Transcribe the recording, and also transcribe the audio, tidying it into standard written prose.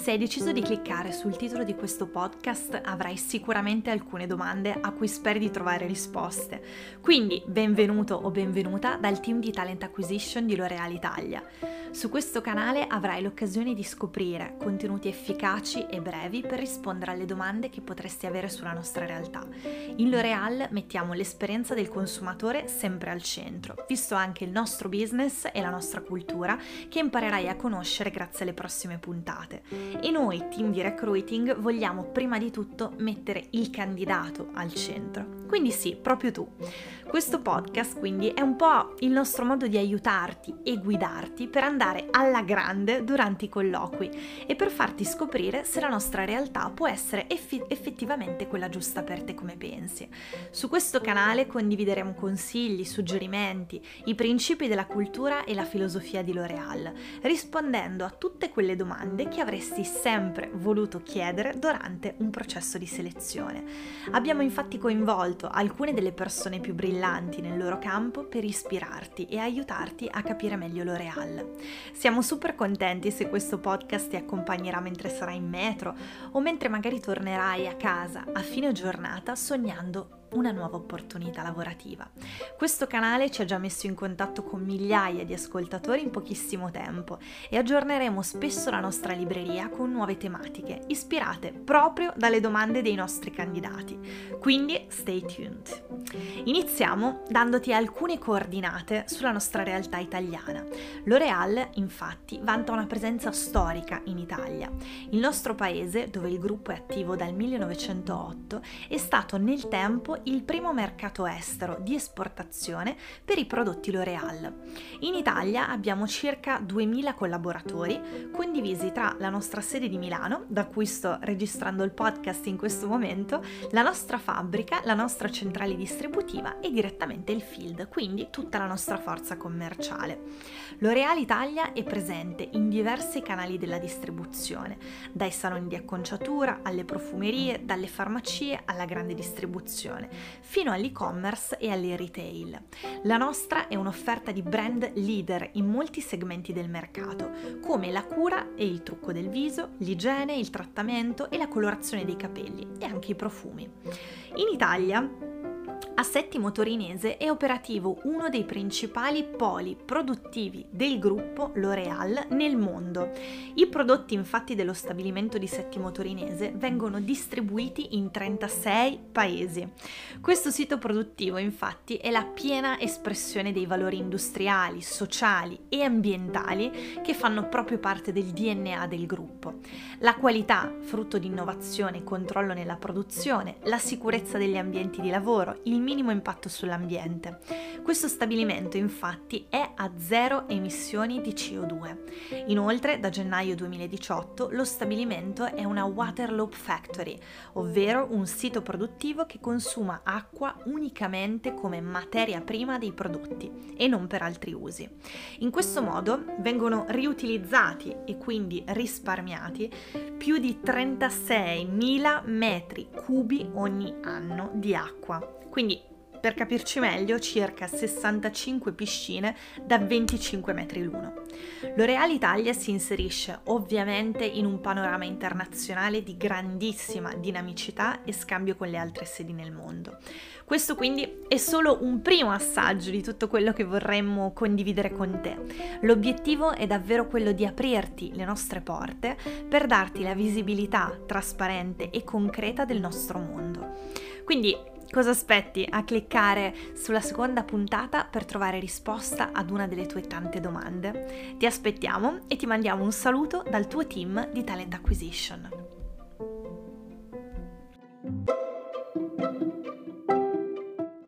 Se hai deciso di cliccare sul titolo di questo podcast, avrai sicuramente alcune domande a cui speri di trovare risposte. Quindi benvenuto o benvenuta dal team di Talent Acquisition di L'Oréal Italia. Su questo canale avrai l'occasione di scoprire contenuti efficaci e brevi per rispondere alle domande che potresti avere sulla nostra realtà. In L'Oréal mettiamo l'esperienza del consumatore sempre al centro, visto anche il nostro business e la nostra cultura che imparerai a conoscere grazie alle prossime puntate. E noi, team di recruiting, vogliamo prima di tutto mettere il candidato al centro. Quindi sì, proprio tu. Questo podcast quindi è un po' il nostro modo di aiutarti e guidarti per andare alla grande durante i colloqui e per farti scoprire se la nostra realtà può essere effettivamente quella giusta per te come pensi. Su questo canale condivideremo consigli, suggerimenti, i principi della cultura e la filosofia di L'Oréal, rispondendo a tutte quelle domande che avresti sempre voluto chiedere durante un processo di selezione. Abbiamo infatti coinvolto alcune delle persone più brillanti nel loro campo per ispirarti e aiutarti a capire meglio L'Oréal. Siamo super contenti se questo podcast ti accompagnerà mentre sarai in metro o mentre magari tornerai a casa a fine giornata sognando una nuova opportunità lavorativa. Questo canale ci ha già messo in contatto con migliaia di ascoltatori in pochissimo tempo e aggiorneremo spesso la nostra libreria con nuove tematiche ispirate proprio dalle domande dei nostri candidati. Quindi stay tuned. Iniziamo dandoti alcune coordinate sulla nostra realtà italiana. L'Oréal infatti vanta una presenza storica in Italia. Il nostro paese, dove il gruppo è attivo dal 1908, è stato nel tempo il primo mercato estero di esportazione per i prodotti L'Oréal. In Italia abbiamo circa 2000 collaboratori condivisi tra la nostra sede di Milano, da cui sto registrando il podcast in questo momento, la nostra fabbrica, la nostra centrale distributiva e direttamente il field, quindi tutta la nostra forza commerciale. L'Oréal Italia è presente in diversi canali della distribuzione, dai saloni di acconciatura alle profumerie, dalle farmacie alla grande distribuzione, fino all'e-commerce e alle retail. La nostra è un'offerta di brand leader in molti segmenti del mercato, come la cura e il trucco del viso, l'igiene, il trattamento e la colorazione dei capelli e anche i profumi. In Italia, a Settimo Torinese è operativo uno dei principali poli produttivi del gruppo L'Oréal nel mondo. I prodotti infatti dello stabilimento di Settimo Torinese vengono distribuiti in 36 paesi. Questo sito produttivo infatti è la piena espressione dei valori industriali, sociali e ambientali che fanno proprio parte del DNA del gruppo. La qualità, frutto di innovazione e controllo nella produzione, la sicurezza degli ambienti di lavoro, il minimo impatto sull'ambiente. Questo stabilimento infatti è a zero emissioni di CO2. Inoltre da gennaio 2018 lo stabilimento è una Water Loop Factory, ovvero un sito produttivo che consuma acqua unicamente come materia prima dei prodotti e non per altri usi. In questo modo vengono riutilizzati e quindi risparmiati più di 36.000 metri cubi ogni anno di acqua. Quindi, per capirci meglio, circa 65 piscine da 25 metri l'uno. L'Oréal Italia si inserisce ovviamente in un panorama internazionale di grandissima dinamicità e scambio con le altre sedi nel mondo. Questo quindi è solo un primo assaggio di tutto quello che vorremmo condividere con te. L'obiettivo è davvero quello di aprirti le nostre porte per darti la visibilità trasparente e concreta del nostro mondo. Quindi, cosa aspetti a cliccare sulla seconda puntata per trovare risposta ad una delle tue tante domande? Ti aspettiamo e ti mandiamo un saluto dal tuo team di Talent Acquisition.